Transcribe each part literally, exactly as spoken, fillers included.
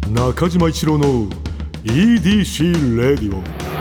中島一郎の イーディーシー レディオ。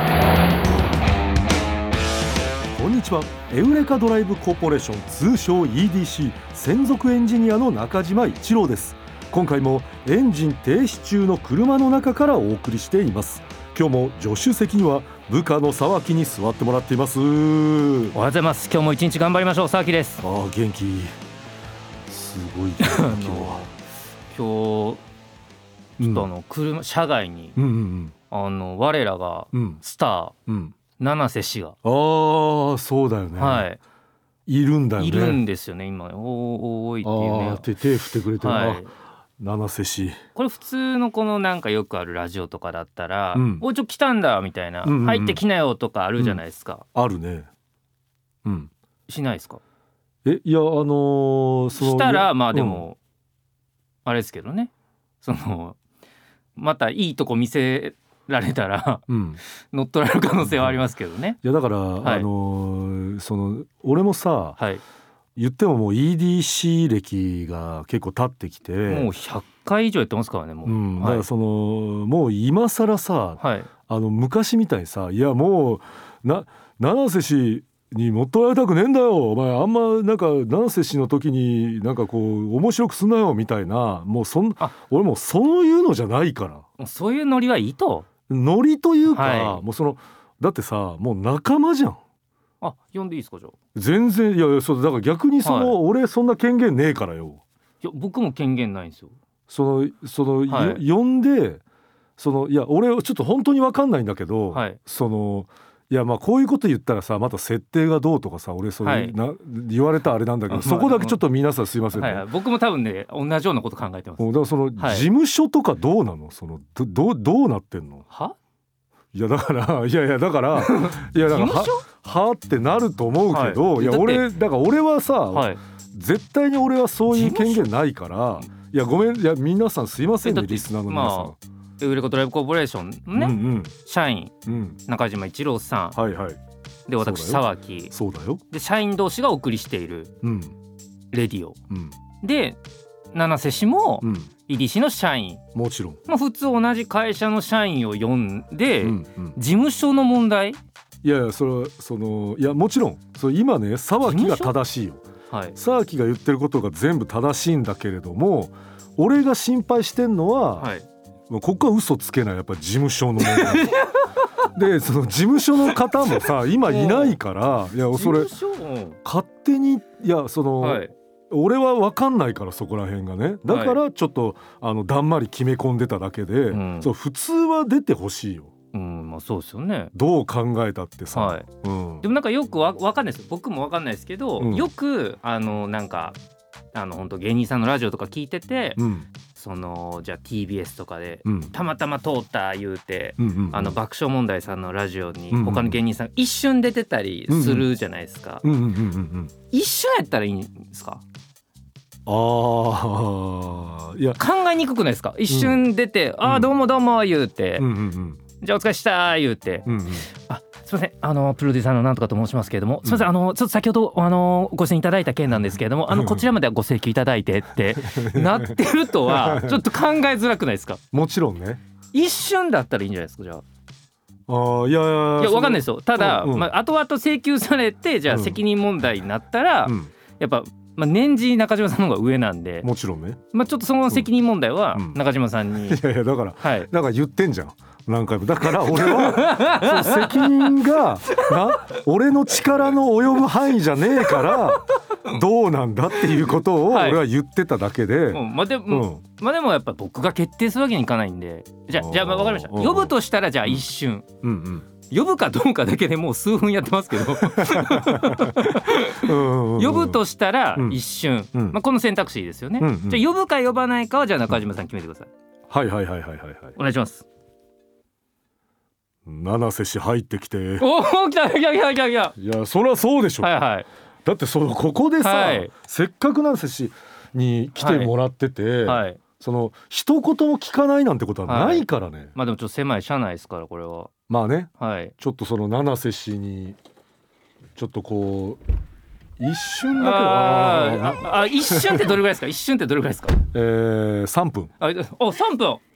こんにちは。エウレカドライブコーポレーション、通称 イーディーシー 専属エンジニアの中島一郎です。今回もエンジン停止中の車の中からお送りしています。今日も助手席には部下の沢木に座ってもらっています。おはようございます。今日も一日頑張りましょう。沢木です。 ああ、元気すごい元気今日は今日ちょっとあの車、うん、車外に、うんうんうん、あの我らがスター、うん、七瀬氏が、ああそうだよね、はい、いるんだよね。 いるんですよね今。おーいっていうね。 あ手手振ってくれてる、はい、七瀬氏。 これ普通のこのなんかよくあるラジオとかだったら、うん、おちょ来たんだみたいな、うんうんうん、入ってきなよとかあるじゃないですか、 うん、あるね。うんしないですか。 えいやあのー、そのしたらまあでも、うん、あれですけどね、そのまたいいとこ見せられたら、うん、乗っ取られる可能性はありますけどね。 いやだから、はい、あのー、その俺もさ、はい、言ってももう イーディーシー 歴が結構経ってきて、 もうひゃっかい以上やってますからねもう、うん、 だからその、はい、もう今更さ、はい、あの昔みたいにさ、いやもうな七瀬氏に乗っ取られたくねえんだよお前、あんまなんか七瀬氏の時になんかこう面白くすんなよみたいな、もうそん俺もうそういうのじゃないから。 もうそういうノリはいいと。 ノリというか、はい、もうそのだってさもう仲間じゃん。 あ呼んでいいですか。じゃあ全然いやいやそうだから逆にその、はい、俺そんな権限ねえからよ。 いや僕も権限ないんですよ。 そのその、はい、呼んでそのいや俺ちょっと本当に分かんないんだけど、はい、そのいやまあこういうこと言ったらさまた設定がどうとかさ俺それ、はい、な言われたあれなんだけど、そこだけちょっと皆さんすいませんね、 はいはい、僕も多分ね同じようなこと考えてます。 だからその、はい、事務所とかどうなの、その ど, ど, どうなってんの。はいやだからいやいやだからいやだからははってなると思うけど、はい、いや俺だから俺はさ、はい、絶対に俺はそういう権限ないから、いやごめんいや皆さんすいませんねリスナーの皆さん、まあエウレカドライブコーポレーションのね、うんうん、社員、うん、中島一郎さん、はいはい、で私沢木、 そうだよで社員同士がお送りしている、うん、レディオ、うん、で七瀬氏も、うん、イーディーシー の社員、 もちろん、 まあ、普通同じ会社の社員を呼んで、うんうん、事務所の問題。 いやいやそれはそのいやもちろんそれ今ね沢木が正しいよ、はい、沢木が言ってることが全部正しいんだけれども、俺が心配してんのは、はい、ここは嘘つけないやっぱり事務所の問題でその事務所の方もさ今いないから、いやそれ勝手にいやその、はい、俺は分かんないからそこら辺がね、だからちょっと、はい、あのだんまり決め込んでただけで、うん、そう普通は出てほしいよ。 うんまあ、そうですよね。 どう考えたってさ、はいうん、でもなんかよくわ分かんないです。僕も分かんないですけど、うん、よくあのなんかあの本当芸人さんのラジオとか聞いてて、うん、そのじゃあ ティービーエス とかで、うん、たまたま通った言うて、うんうんうん、あの爆笑問題さんのラジオに他の芸人さん一瞬出てたりするじゃないですか、うんうんうんうん、一瞬やったらいいんですか。 あいや考えにくくないですか。一瞬出て、うん、あどうもどうも言うて、うんうんうん、じゃあお疲れした言うて、うんうん、あすいませんあのプロデューサーのなんとかと申しますけれども、すいませんあのちょっと先ほどあのご出演いただいた件なんですけれども、あのこちらまではご請求いただいてってなってるとはちょっと考えづらくないですか。 もちろんね一瞬だったらいいんじゃないですか。じゃああいやいやいや分かんないですよ。ただ、うんうんまあ、後々請求されてじゃあ責任問題になったら、うん、やっぱまあ、年次中島さんの方が上なんでもちろんね、 まあ、ちょっとその責任問題は中島さんに、うんうん、いやいやだから、はい、だから言ってんじゃん何回も。だから俺はその責任がな俺の力の及ぶ範囲じゃねえからどうなんだっていうことを俺は言ってただけで、はいうんまあ、でも、うんまあ、でもやっぱ僕が決定するわけにいかないんで、じゃあじゃあ分かりました。呼ぶとしたらじゃあ一瞬、うんうん呼ぶかどうかだけでもう数分やってますけど呼ぶとしたら一瞬、うんまあ、この選択肢ですよね、うんうん、じゃあ呼ぶか呼ばないかはじゃあ中島さん決めてください。 はいはいはいはいはいはいお願いします。 七瀬氏入ってきて。 おお来た来た来た来た来た。いやそりゃそうでしょ、 はいはい、 だってそのここでさ、はい、せっかく七瀬氏に来てもらってて、はいはいその一言も聞かないなんてことはないからね、はい、 まあでもちょっと狭い車内ですからこれはまあね、 はい、 ちょっとその七瀬氏にちょっとこう一瞬だけああ一瞬ってどれぐらいですか一瞬ってどれぐらいですか。 えー、さんぷん。 あおさんぷん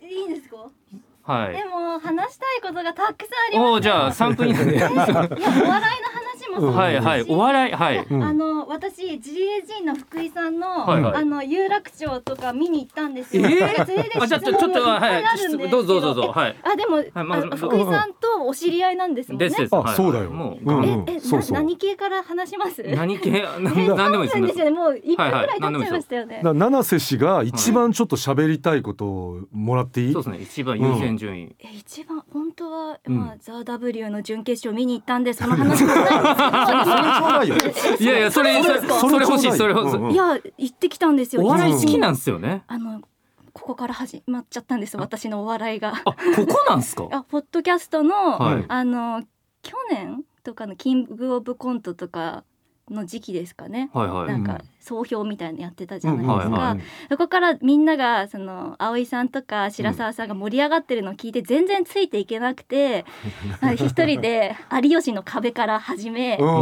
いいんですか？ はい。 でも話したいことがたくさんあります。 おじゃあさんぷん以内で。いやお笑いの話もそうはいはいお笑いはい。 あの私 ジーエージー の福井さんの、 はいはい、 あの有楽町とか見に行ったんですよ。 えー、 それであじゃあちょっとはいどうぞどうぞはい。 あでも、はいまあ、福井さんとお知り合いなんですもんね。 ですです。あそうだよ。もう、 うん、ええそうそう何系から話します？ 何系何でもいいですよね。もういっぷんぐらい経っちゃいましたよね。 七瀬氏が一番ちょっと喋りたいことをもらっていい？ そうですね。一番優先順位。 え一番本当はまあザ W の準決勝見に行ったんでその話もないんですけど。 いやいやそれそれそれ欲しいそれ欲しい。 いや行ってきたんですよ。 お笑い好きなんですよね。 あのここから始まっちゃったんです私のお笑いが。 あここなんですか？ あポッドキャストの、はい、あの去年とかのキングオブコントとかの時期ですかね、はいはい、なんか総評みたいなのやってたじゃないですか、うんはいはい、そこからみんながその葵さんとか白沢さんが盛り上がってるのを聞いて全然ついていけなくて、うん、一人で有吉の壁から始め、うん、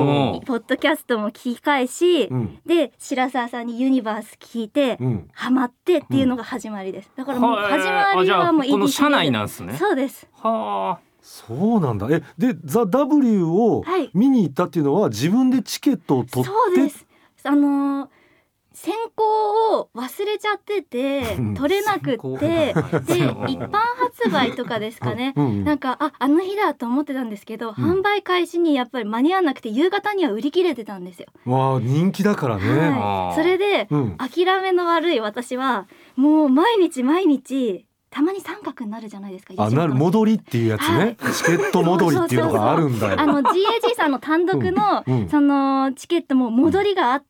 ポッドキャストも聞き返し、うん、で白沢さんにユニバース聞いて、うん、ハマってっていうのが始まりです。だからもう始まりはもうこの社内なんですね。 そうです。 はあそうなんだ。えでザ・ W を見に行ったっていうのは、はい、自分でチケットを取って？ そうです。あのー、選考を忘れちゃってて取れなくってで一般発売とかですかね、うん、なんかああの日だと思ってたんですけど、うん、販売開始にやっぱり間に合わなくて夕方には売り切れてたんですよ。 わあ人気だからね、 はい、それで、うん、諦めの悪い私はもう毎日毎日たまに三角になるじゃないですか。 あなる戻りっていうやつね、はい、チケット戻りっていうのがあるんだよ。 あの ジーエージー さんの単独の、うん、そのチケットも戻りがあって、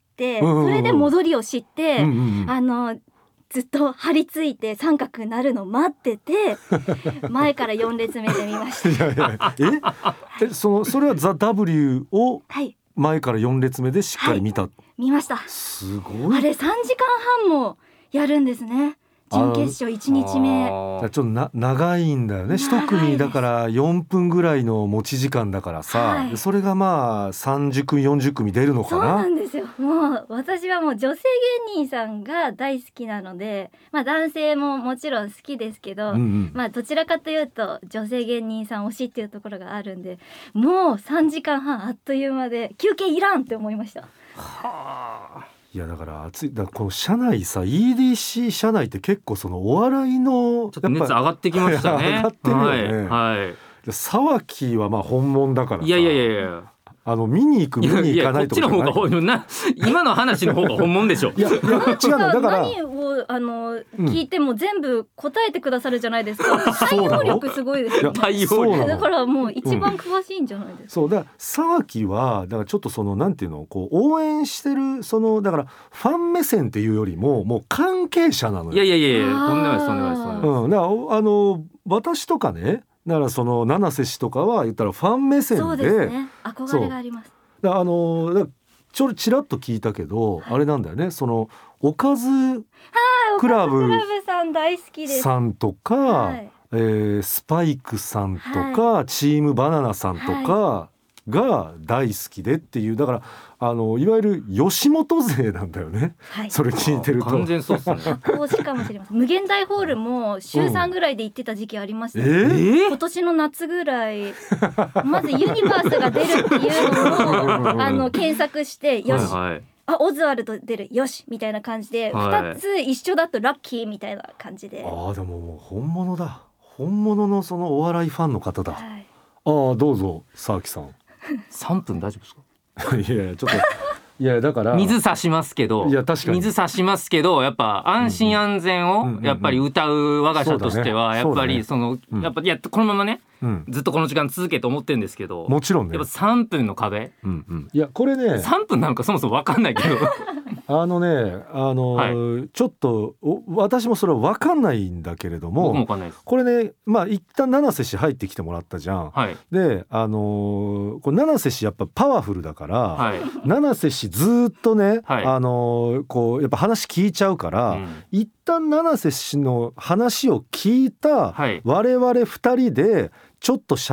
うん、それで戻りを知って、うんうんうん、あのずっと張り付いて三角になるのを待ってて前からよん列目で見ました。いやいやええそのそれはザ・ W を前からよん列目でしっかり見た、はい、 見ました。 すごい。 あれさんじかんはんもやるんですね。準決勝いちにちめ。 ちょっとな長いんだよね。一組だからよんぷんぐらいの持ち時間だからさ、はい、それがまあさんじゅっくみよんじゅっくみ出るのかな。 そうなんですよ。もう私はもう女性芸人さんが大好きなので、まあ男性ももちろん好きですけど、うんうん、まあどちらかというと女性芸人さん推しっていうところがあるんで、もうさんじかんはんあっという間で休憩いらんって思いました。 はあ。いやだから熱いだからこの社内さ イーディーシー 社内って結構そのお笑いのちょっと熱上がってきましたね。 上がってるよね。 はい、はい、 沢木はまあ本物だからさ。 いやいやいやいやあの見に行く見に行かないとかじゃない。いやいやこっちの方がな今の話の方が本物でしょ。 いやいや違うだから何をあの、うん、聞いても全部答えてくださるじゃないですか。対応力すごいですよね。 対応力だからもう一番詳しいんじゃないですか。うん、 そうだから沢木はだからちょっとそのなんていうのこう応援してるそのだからファン目線っていうよりももう関係者なのよ。 いやいやいやとんでもないとんでもないです。 うんだからあの私とかねだからその七瀬氏とかは言ったらファン目線で。 そうですね。憧れがあります。 だあのだちょちらっと聞いたけど、はい、あれなんだよねそのおかずクラブさん大好きです。 さんとか、はいえー、スパイクさんとか、はい、チームバナナさんとかが大好きでっていうだからあのいわゆる吉本勢なんだよね、はい、それ聞いてると完全そうっすね。 講師かもしれません。無限大ホールも週さんぐらいで行ってた時期ありました、ねうんえー、 今年の夏ぐらいまずユニバースが出るっていうのをあの検索してよし、はいはいあオズワルド出るよしみたいな感じで、はい、ふたつ一緒だとラッキーみたいな感じであでももう本物だ本物のそのお笑いファンの方だ、はい、あどうぞ沢木さんさんぷん大丈夫ですか？ いやいやちょっといやだから水差しますけどいや確かに水差しますけどやっぱ安心安全をやっぱり歌う我が社としてはやっぱりそのやっぱいやこのままねうん、ずっとこの時間続けと思ってるんですけどもちろんねやっぱさんぷんの壁、 うんうん、いやこれねさんぷんなんかそもそも分かんないけどあのねあの、はい、ちょっと私もそれは分かんないんだけれども僕も分かんないですこれねまあ一旦七瀬氏入ってきてもらったじゃん、はい、であのこれ七瀬氏やっぱパワフルだから、はい、七瀬氏ずっとね、はい、あのこうやっぱ話聞いちゃうから、うん、一旦七瀬氏の話を聞いた我々ふたりでちょっと喋っ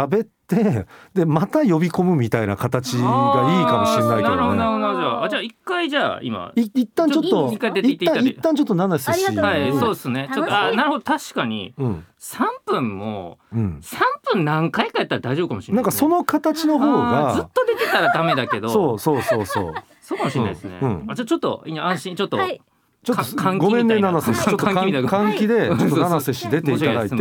ってでまた呼び込むみたいな形がいいかもしれないけどね。 なるほどなるほど。じゃあじゃあ一回じゃあ今い一旦ちょっと一回出ていただいて一旦ちょっと七瀬氏はいそうですね。ちょっとあなるほど確かに、 うん、 さんぷんも、うん、さんぷん何回かやったら大丈夫かもしれない、ね、 なんかその形の方がずっと出てたらダメだけどそうそうそうそうそうかもしれないですね、うんうん、あじゃあちょっと安心ちょっと、はい、 ちょっとごめんね七瀬氏ちょっと換気でちょっと七瀬氏出ていただいて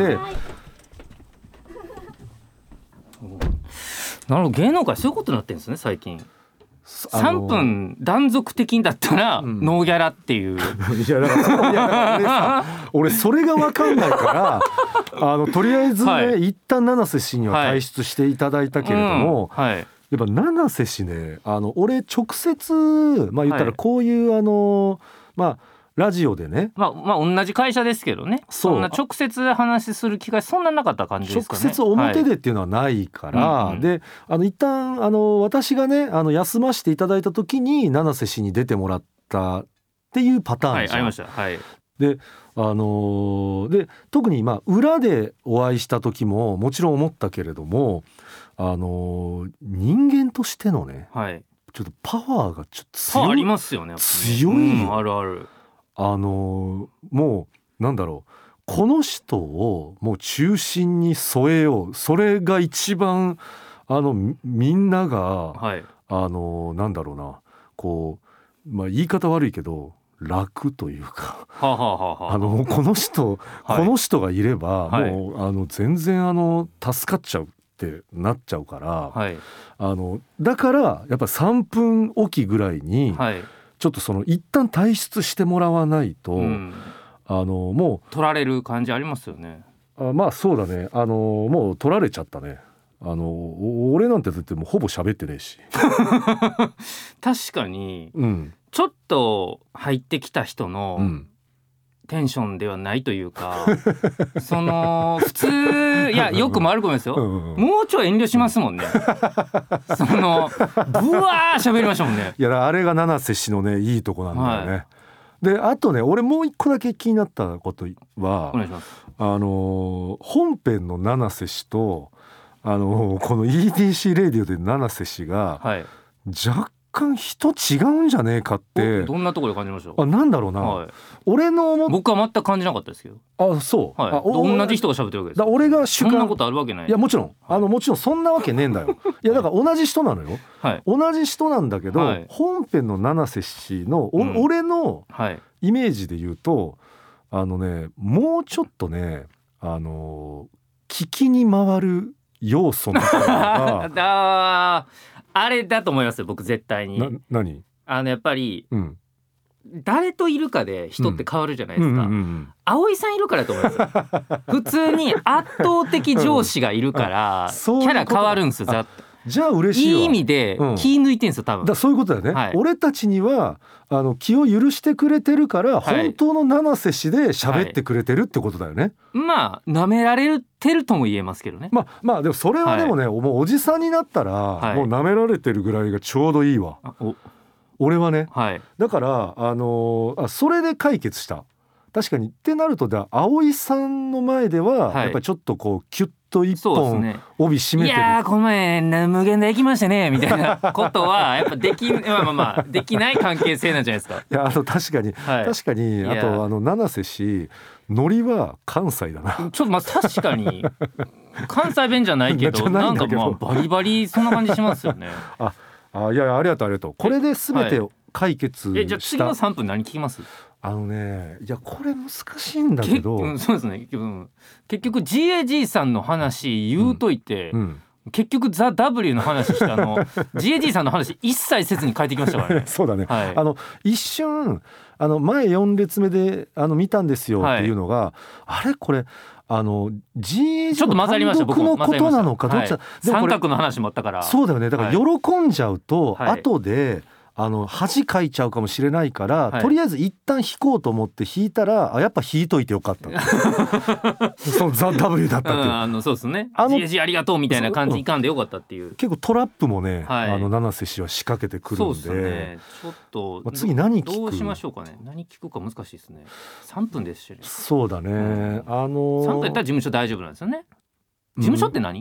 なるほど芸能界そういうことになってるんですね最近。さんぷん断続的だったらノーギャラっていう、うん、いやだからいやだから俺さ俺それが分かんないからあのとりあえずね、はい、一旦七瀬氏には退出していただいたけれども、はいうんはい、やっぱ七瀬氏ねあの俺直接まあ言ったらこういう、はい、あのまあラジオでねまあまあ同じ会社ですけどねそんな直接話する機会そんななかった感じですかね。 直接表でっていうのはないから、はい、であの一旦あの私がねあの休ませていただいた時に七瀬氏に出てもらったっていうパターンじゃん、はい、ありました、はい、であのー、で特にまあ裏でお会いした時ももちろん思ったけれどもあのー、人間としてのね、はい、ちょっとパワーがちょっと強い、 ありますよね、 強いよ、 うん、あるあるあのもうなんだろうこの人をもう中心に添えようそれが一番あの み, みんなが、はい、あのなんだろうなこう、まあ、言い方悪いけど楽というかはあはあはあ、あのこの人、はい、この人がいれば、はい、もうあの全然あの助かっちゃうってなっちゃうから、はい、あのだからやっぱさんぷんおきぐらいに、はいちょっとその一旦退出してもらわないと、うん、あのもう取られる感じありますよね。 あまあそうだねあのもう取られちゃったね。あの俺なんてだってもうほぼ喋ってねえし確かに、うん、ちょっと入ってきた人の、うんテンションではないというかその普通いやよくも悪くもですよ、うんうん、もうちょい遠慮しますもんねそのブワー喋りましたもんね。 いやあれが七瀬氏のねいいとこなんだよね、はい、であとね俺もう一個だけ気になったことはお願いします。 あの本編の七瀬氏とあのこの イーディーシー レディオで七瀬氏が、はい、若干人違うんじゃねえかって。 どんなところで感じました？ あなんだろうな、はい、俺の僕は全く感じなかったですけど。 あそう、はい、あ同じ人が喋ってるわけです。 だ俺が主観そんなことあるわけない。 いやもちろん、はい、あのもちろんそんなわけねえんだよいやだから同じ人なのよ、はい、同じ人なんだけど、はい、本編の七瀬氏の、うん、俺のイメージで言うとあのねもうちょっとねあの聞きに回る要素みたいなのがあれだと思いますよ僕絶対に。 な何あのやっぱり、うん、誰といるかで人って変わるじゃないですか、うんうんうんうん、葵さんいるからだと思いますよ普通に圧倒的上司がいるからキャラ変わるんですよ。ざっとじゃあ嬉しいわ。 いい意味で気抜いてんすよ多分。 だそういうことだよね、はい、俺たちにはあの気を許してくれてるから、はい、本当の七瀬氏で喋ってくれてるってことだよね、 はい、まあ舐められてるとも言えますけどね。 まあまあでもそれはでもね、はい、もうおじさんになったら、はい、もう舐められてるぐらいがちょうどいいわ。お俺はね、はい、だからあのー、あそれで解決した。確かにってなるとだ葵さんの前では、はい、やっぱりちょっとこうキュッと一本、ね、帯締めてる。 いやーこの前無限大行きましたねみたいなことはやっぱできまあまあまあできない関係性なんじゃないですか。 いやあの確かに、はい、確かにあとあの七瀬氏ノリは関西だな。ちょっとまあ確かに関西弁じゃないけどなんかまあバリバリそんな感じしますよね。 ああいやありがとうありがとう。これで全て解決した。 えじゃあ次のさんぷん何聞きます？ あのねいやこれ難しいんだけど、 うん、そうですね、うん、結局 ジーエージー さんの話言うといて、うんうん結局ザ・ W の話したのジーエージー さんの話一切せずに変えてきましたからねそうだね、はい、あの一瞬あの前よん列目であの見たんですよっていうのが、はい、あれこれあの ジーエージー の単独のことなのかどっちだ、はい、 三角の話もあったからそうだよね。だから喜んじゃうと、はい、後であの恥かいちゃうかもしれないから、はい、とりあえず一旦引こうと思って引いたらあやっぱ引いといてよかったそのザ・ W だったっていう、うん、 あのそうですね ジーエージー ありがとうみたいな感じいかんでよかったっていう、 結構トラップもね、はい、あの七瀬氏は仕掛けてくるんで、 そうですねちょっと、 まあ、次何聞くどうしましょうかね。何聞くか難しいですね。さんぷんですしね。 そうだね、うん、あのー、 さんぷんやったら事務所大丈夫なんですよね。事務所って何？ い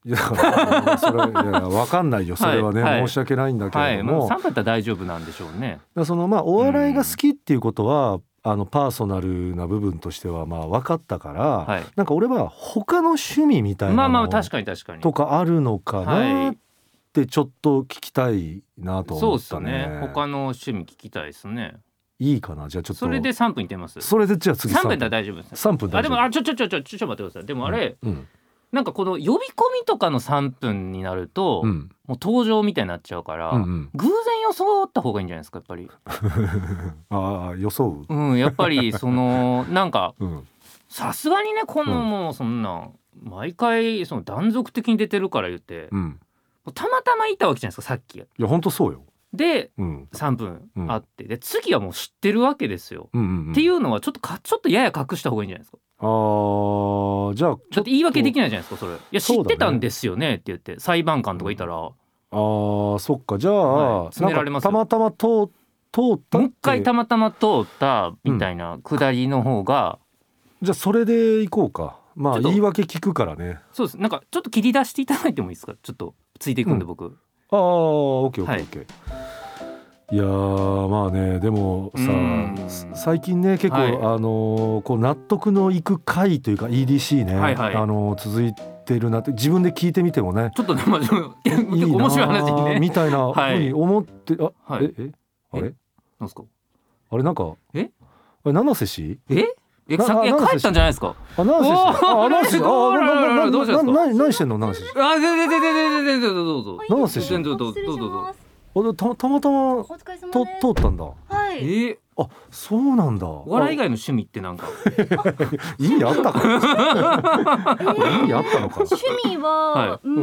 いやそれいや分かんないよそれはね、はい、申し訳ないんだけれども、はいはい、 さんぷんだったら大丈夫なんでしょうね。 だそのまあお笑いが好きっていうことは、うん、あのパーソナルな部分としてはまあ分かったから、はい、なんか俺は他の趣味みたいなのとかあるのかなってちょっと聞きたいなと思ったね。 そうですね、他の趣味聞きたいですね。 いいかな、じゃあちょっとそれでさんぷんいってます。 それでじゃあ次さんぷんだったら大丈夫です。 さんぷん大丈夫。 あでもあちょちょちょちょちょちょ待ってください。でもあれ、うんうん、なんかこの呼び込みとかのさんぷんになると、うん、もう登場みたいになっちゃうから、うんうん、偶然装った方がいいんじゃないですかやっぱり。 ああ装う。うんやっぱりそのなんかさすがにねこのもうそんな、うん、毎回その断続的に出てるから言って、うん、たまたまいたわけじゃないですかさっき。いや本当そうよ。 で、うん、さんぷんあって、で次はもう知ってるわけですよ、うんうんうん、っていうのはちょっとかちょっとやや隠した方がいいんじゃないですか。 あじゃあだって言い訳できないじゃないですかそれ。いや知ってたんですよねって言って裁判官とかいたら、うん、 あそっかじゃあ、はい、詰められますよ。たまたま通通ったもう一回たまたま通ったみたいなくだりの方が、 うん、じゃあそれでいこうか。まあ言い訳聞くからね。 そうですなんかちょっと切り出していただいてもいいですか。ちょっとついていくんで、うん、僕ああオッケーオッケーオッケー。いやまあねでもさ最近ね結構、はい、あのー、こう納得のいく回というか イーディーシー ね、はいはい、あのー、続いてるなって自分で聞いてみてもねちょっとね、まあ、結構面白い話にねみたいなふうに思って、はい、あ、はい、ええあれなんすかあれなんかえあれ七瀬氏ええさえ帰ったんじゃないですか。 あ七瀬氏あ七瀬氏あどうしたんですか。何してんの七瀬氏。 あ全然全然全然全然どうぞ七瀬氏どうぞどうぞどうぞ。 た, たまたまと通ったんだ。 はい。 えー、あそうなんだ。 お笑い以外の趣味ってなんか意味あったか、えー、意味あったのか。 趣味は、はい、うん、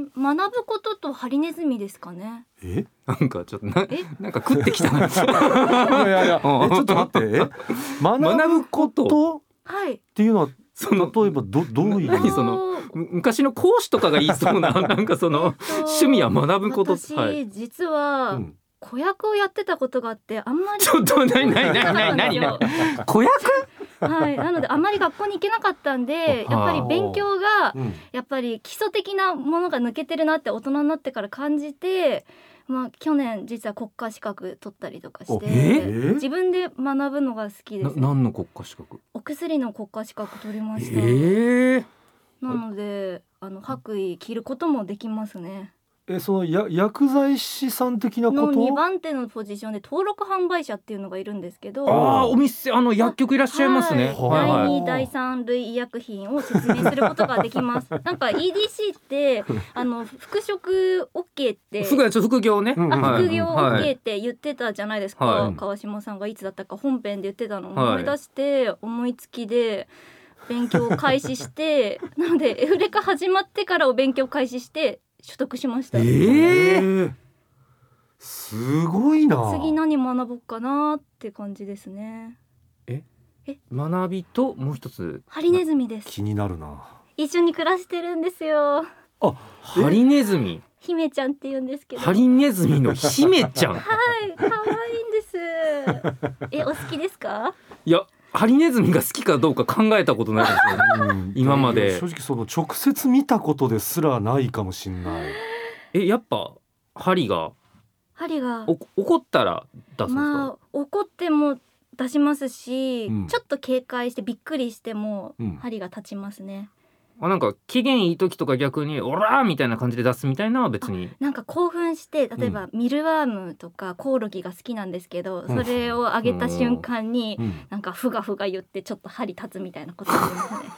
学ぶこととハリネズミですかね。 えなんかちょっと な, なんか食ってきたな。いやいやえちょっと待ってえ学ぶことっていうのはその例えば ど, どういう何その昔の講師とかが言いそうななんかその、えっと、趣味は学ぶこと。 私、はい、実は、うん子役をやってたことがあってあんまりちょっと何何何何何子役はいなのであんまり学校に行けなかったんでやっぱり勉強がやっぱり基礎的なものが抜けてるなって大人になってから感じて、まあ、去年実は国家資格取ったりとかして、えー、自分で学ぶのが好きです、ね、 な何の国家資格。 お薬の国家資格取りました、 えー、 なのであの白衣着ることもできますね。 えそのや薬剤師さん的なことのにばん手のポジションで登録販売者っていうのがいるんですけどあお店あの薬局いらっしゃいますね、 はいはい、だいにだいさん類医薬品を説明することができますなんか イーディーシー ってあの復職 OK って副業ね、 あ副業 OK って言ってたじゃないですか、はい、川島さんがいつだったか本編で言ってたのを思い出して、はい、思いつきで勉強を開始してなのでエフレカ始まってからお勉強開始して取得しました。 えー、すごいな。 次何学ぼうかなって感じですね。 ええ学びともう一つハリネズミです。 気になるな。 一緒に暮らしてるんですよ。 あハリネズミ姫ちゃんって言うんですけどハリネズミの姫ちゃんはい可愛いんですえお好きですか。 いやハリネズミが好きかどうか考えたことないですよ、ねうん、今まで正直その直接見たことですらないかもしんない。 えやっぱ針が針が怒ったら出すんですか。 まあ怒っても出しますし、うん、ちょっと警戒してびっくりしても、うん、針が立ちますね。 あなんか機嫌いい時とか逆にオラーみたいな感じで出すみたいなのは別になんか興奮して例えば、うん、ミルワームとかコオロギが好きなんですけど、うん、それをあげた瞬間に、うん、なんかふがふが言ってちょっと針立つみたいなことありますね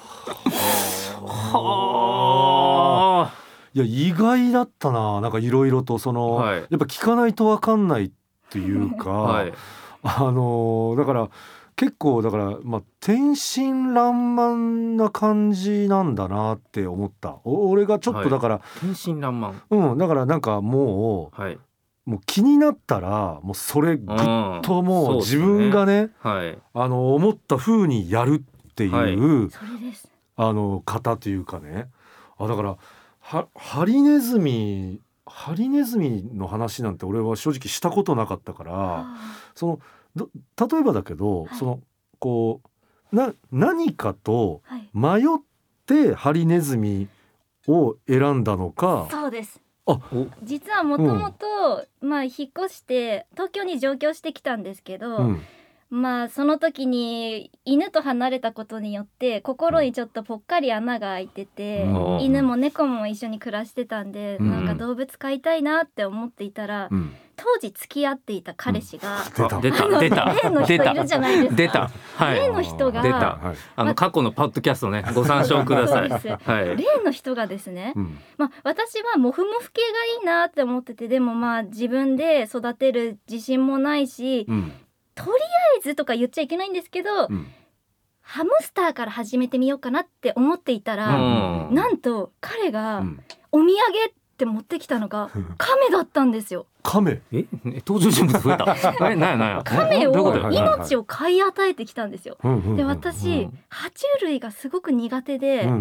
はあいや意外だったな。なんかいろいろとその、はい、やっぱ聞かないと分かんないっていうか、はい、あのだから結構だから、まあ、天真爛漫な感じなんだなって思った。俺がちょっとだから、はい、 天真爛漫うんだからなんかもう、はい、もう気になったらもうそれぐっともう自分がね、はい、あの思った風にやるっていう、はい、あの方というかねあだからはハリネズミハリネズミの話なんて俺は正直したことなかったからその例えばだけど、はい、そのこうな何かと迷ってハリネズミを選んだのか。 そうです。 あ、 実はもともとまあ引っ越して東京に上京してきたんですけど、うん、まあその時に犬と離れたことによって心にちょっとぽっかり穴が開いてて、うん、犬も猫も一緒に暮らしてたんで、うん、なんか動物飼いたいなって思っていたら、うん、当時付き合っていた彼氏が、 うん、出た出た例の人いるじゃないですか。 出た、 はい、例の人が出た、はい、あの過去のポッドキャストねご参照ください。 はい、例の人がですね、うん、まあ、私はモフモフ系がいいなって思ってて、でもまあ自分で育てる自信もないし、うん、とりあえずとか言っちゃいけないんですけど、うん、ハムスターから始めてみようかなって思っていたら、うん、なんと彼がお土産って持ってきたのが亀だったんですよ。 亀？ え登場人物増えた。えなやなや亀を命を飼い与えてきたんですよ。で私、うん、爬虫類がすごく苦手で、うん、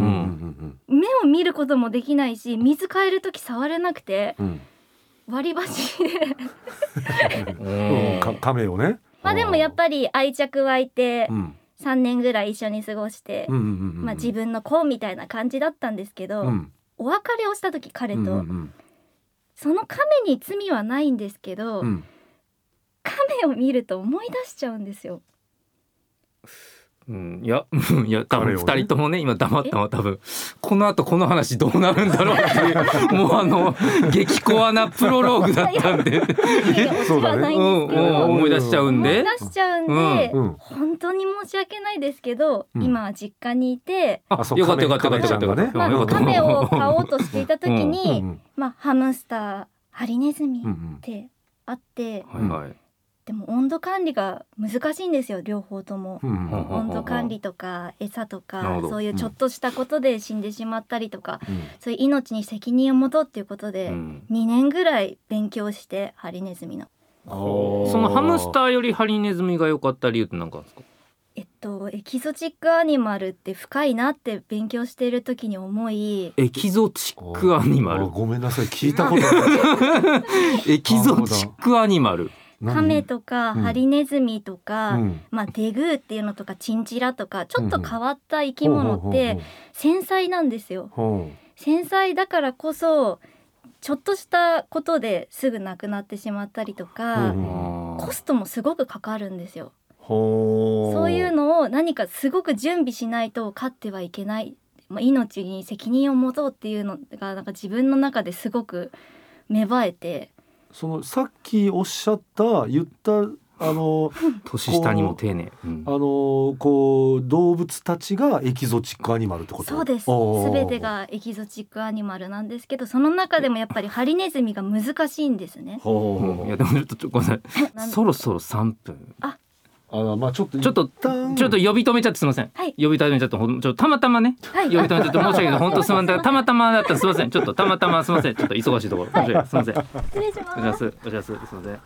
目を見ることもできないし水替えるとき触れなくて、うん、割り箸でうん、亀をね。 まあでもやっぱり愛着湧いて、うん、さんねんぐらい一緒に過ごして、うんうんうんうん、まあ、自分の子みたいな感じだったんですけど、うん、お別れをした時彼と、うんうんうん、その亀に罪はないんですけど、うん、亀を見ると思い出しちゃうんですよ。 うん、いやいや多分ふたりともね今黙ったのは多分この後この話どうなるんだろうっていうもうあの激コアなプロローグだったんでそうだね、うんうん、 思い出しちゃうんで思い出しちゃうんで、うん、本当に申し訳ないですけど、うん、今は実家にいて、 あよかったよかったよかったよかった、ね、 まあ、亀を飼おうとしていた時に、うんうん、まあ、ハムスターハリネズミってあって、うんうん、はいはい、でも温度管理が難しいんですよ両方とも、うん、温度管理とか餌とかそういうちょっとしたことで死んでしまったりとか、うん、そういう命に責任を持とうっていうことで、うん、にねんぐらい勉強してハリネズミのそのハムスターよりハリネズミが良かった理由って何かあるんですか？ えっとエキゾチックアニマルって深いなって勉強している時に思い、 エキゾチックアニマル、 ごめんなさい聞いたことないエキゾチックアニマル、 亀とかハリネズミとか、うん、まあ、デグーっていうのとかチンチラとかちょっと変わった生き物って繊細なんですよ。繊細だからこそちょっとしたことですぐなくなってしまったりとか、コストもすごくかかるんですよ。そういうのを何かすごく準備しないと飼ってはいけない、まあ、命に責任を持とうっていうのがなんか自分の中ですごく芽生えて、 そのさっきおっしゃった言ったあの年下にも丁寧、うん、 あのこう動物たちがエキゾチックアニマルってこと？ そうです。すべてがエキゾチックアニマルなんですけど、その中でもやっぱりハリネズミが難しいんですね。 ほう、いやでもちょっとごめんなさいそろそろさんぷん、 ああまあちょっとちょっとちょっと呼び止めちゃってすみません、はい、呼び止めちゃってほんちょっとたまたまね、はい、呼び止めちゃって申し訳ない本当すみませんたまたまだったらすみませんちょっとたまたますみませんちょっと忙しいところ、はい、すみません失礼します。お願いしますお願いしますすみません。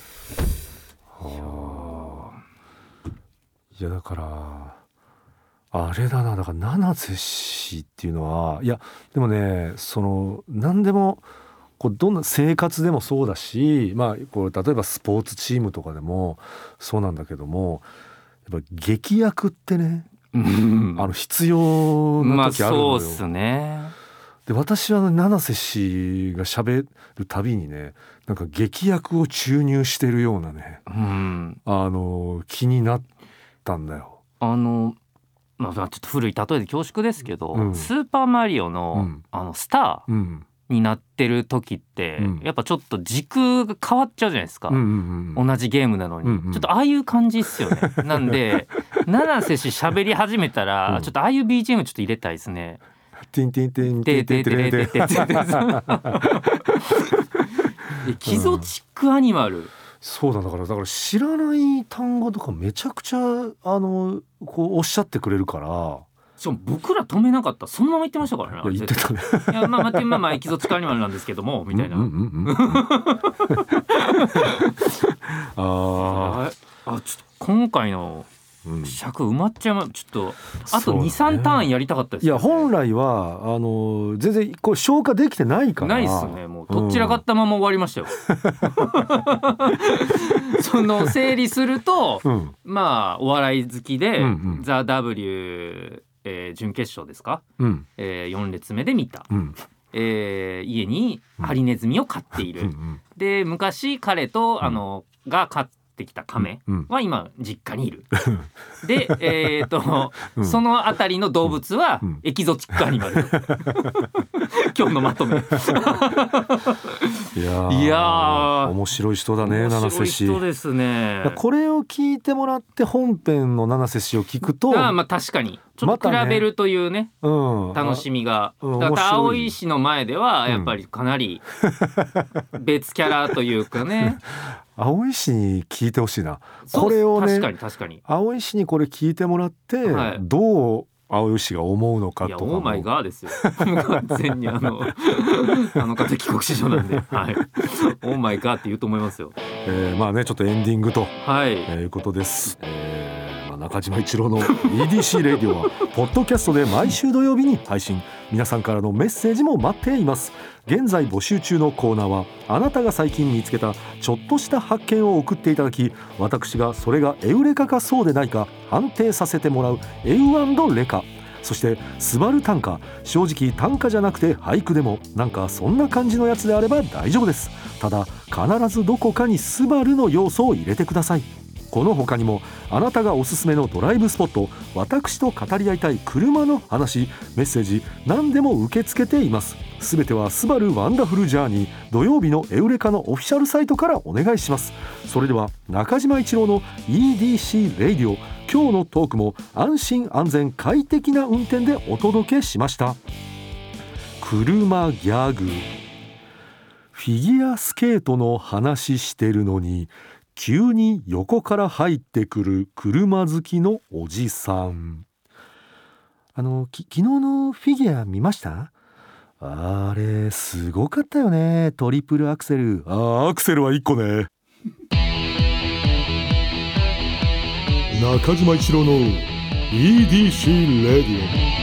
はあ、いやだからあれだな、だから七瀬氏っていうのはいやでもねその何でもこうどんな生活でもそうだし、まあ、こう例えばスポーツチームとかでもそうなんだけどもやっぱ劇薬ってね、うん、あの必要な時あるのよ。 まあそうっすね。 で私は七瀬氏が喋るたびにねなんか劇薬を注入してるようなね、うん、あの気になったんだよ。 あのまあ、ちょっと古い例えで恐縮ですけど、うん、スーパーマリオ の,、うん、あのスター、うんになってる時って、うん、やっぱちょっと軸が変わっちゃうじゃないですか、うんうんうん、同じゲームなのに、うんうん、ちょっとああいう感じっすよねなんで七瀬氏喋り始めたら、うん、ちょっとああいう ビージーエム ちょっと入れたいですね。 ティンティンティンティンティンティンティンティンエキゾチックアニマル、 そうだ、だからだから知らない単語とかめちゃくちゃあのこうおっしゃってくれるから、 しかも僕ら止めなかったそのまま言ってましたからね。 いや言ってたね。 いやまあまあまあまあエキゾチックアニマルなんですけどもみたいな。うんうんうんうん、ああちょっと今回の尺埋まっちゃう、まちょっとあと に,さん ターンやりたかったです、 ね、いや本来はあの全然こう消化できてないから。 ないっすね。もうどちらかったまま終わりましたよ、うん、その整理すると、うん、まあお笑い好きで、うんうん、ザ・ W えー、準決勝ですか、 うんえー、よん列目で見た、 うんえー、家にハリネズミを飼っている、うん、で昔彼とあの、うん、が飼ってきた亀は今実家にいる、うん、で、えーとうん、そのあたりの動物はエキゾチックアニマル、うん、今日のまとめいやー、いやー面白い人だね、七瀬氏。 面白い人ですね。 これを聞いてもらって本編の七瀬氏を聞くと、 あまあ確かにちょっと比べるというね、またね、うん、楽しみが、うん、だから青石の前ではやっぱりかなり別キャラというかね、 うん、青石に聞いてほしいなこれをね。 確かに確かに青石にこれ聞いてもらって、はい、どう青石が思うのかとかも。 いやオーマイガーですよ完全にあのあの方帰国子女なんで、はい、オーマイガーって言うと思いますよ。 えー、まあねちょっとエンディングと、 はいえー、いうことです。えー中島一郎の イーディーシー レディオはポッドキャストで毎週土曜日に配信。皆さんからのメッセージも待っています。現在募集中のコーナーはあなたが最近見つけたちょっとした発見を送っていただき、私がそれがエウレカかそうでないか判定させてもらうエウ&レカ。そしてスバル短歌、正直短歌じゃなくて俳句でもなんかそんな感じのやつであれば大丈夫です。ただ必ずどこかにスバルの要素を入れてください。この他にもあなたがおすすめのドライブスポット、私と語り合いたい車の話、メッセージ何でも受け付けています。すべてはスバルワンダフルジャーニー土曜日のエウレカのオフィシャルサイトからお願いします。それでは中島一郎の イーディーシー レディオ、今日のトークも安心安全快適な運転でお届けしました。車ギャグ、フィギュアスケートの話してるのに急に横から入ってくる車好きのおじさん。あのき昨日のフィギュア見ました？あれすごかったよね、トリプルアクセル。あアクセルはいっこね。中島一郎の イーディーシー レディオ。